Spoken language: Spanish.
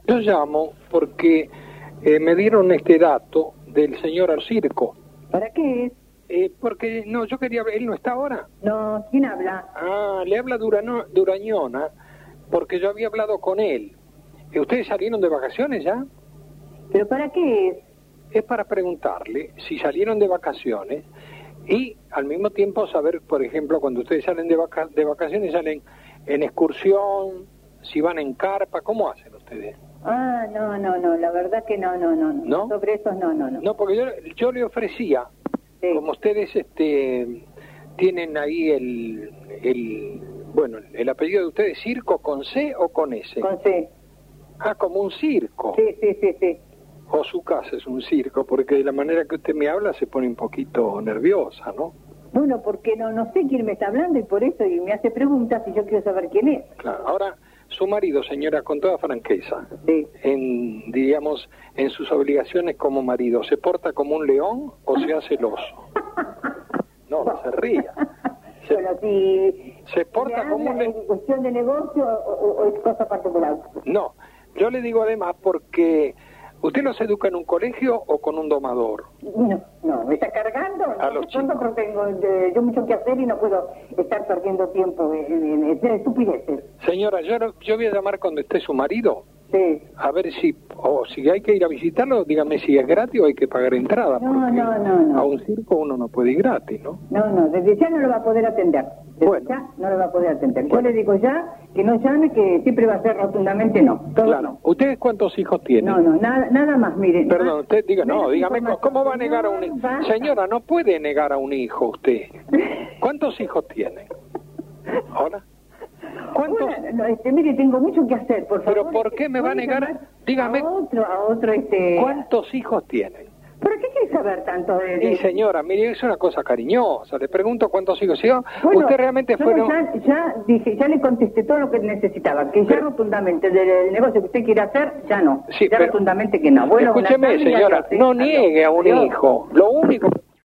Yo llamo porque me dieron este dato del señor al circo. ¿Para qué es? Porque, no, yo quería... ¿Él no está ahora? No, ¿quién habla? Ah, le habla Durañona, porque yo había hablado con él. ¿Ustedes salieron de vacaciones ya? ¿Pero para qué es? Es para preguntarle si salieron de vacaciones y al mismo tiempo saber, por ejemplo, cuando ustedes salen de vacaciones, salen en excursión, si van en carpa, ¿cómo hacen ustedes? Ah, no, la verdad que no. ¿No? Sobre eso no. No, porque yo le ofrecía, sí. Como ustedes tienen ahí el apellido de ustedes, ¿circo con C o con S? Con C. Ah, como un circo. Sí. O su casa es un circo, porque de la manera que usted me habla se pone un poquito nerviosa, ¿no? Bueno, porque no sé quién me está hablando y por eso y me hace preguntas y yo quiero saber quién es. Claro. Ahora, su marido, señora, con toda franqueza, sí. en sus obligaciones como marido, ¿se porta como un león o se hace el oso? No se ría. Bueno, si se porta como un león. ¿Es cuestión de negocio o es cosa particular? No, yo le digo además porque... ¿Usted los educa en un colegio o con un domador? No, ¿me está cargando? A los chicos. Pero tengo yo mucho que hacer y no puedo estar perdiendo tiempo en estupideces. Señora, yo voy a llamar cuando esté su marido. Sí. A ver si hay que ir a visitarlo, dígame si es gratis o hay que pagar entrada. No. A un circo uno no puede ir gratis, ¿no? No, desde ya no lo va a poder atender. Ya no lo va a poder atender. Bueno. Yo le digo ya que no llame, que siempre va a ser rotundamente no. Claro. No. ¿Ustedes cuántos hijos tienen? No, nada más, miren. Perdón, usted diga, dígame, ¿cómo va a negar a un hijo? Señora, no puede negar a un hijo usted. ¿Cuántos hijos tienen? ¿Ahora? ¿Cuántos? Bueno, mire, tengo mucho que hacer, por favor. ¿Pero por qué me va a negar? Dígame. A otro, ¿Cuántos hijos tienen? ¿Pero qué quiere saber tanto de...? Sí, señora, mire, es una cosa cariñosa. Le pregunto cuántos hijos. Bueno, usted realmente fue... Ya dije, ya le contesté todo lo que necesitaba. Que ya rotundamente del negocio que usted quiere hacer, ya no. Sí, ya rotundamente que no. Bueno, escúcheme, señora, no niegue a un hijo. Lo único que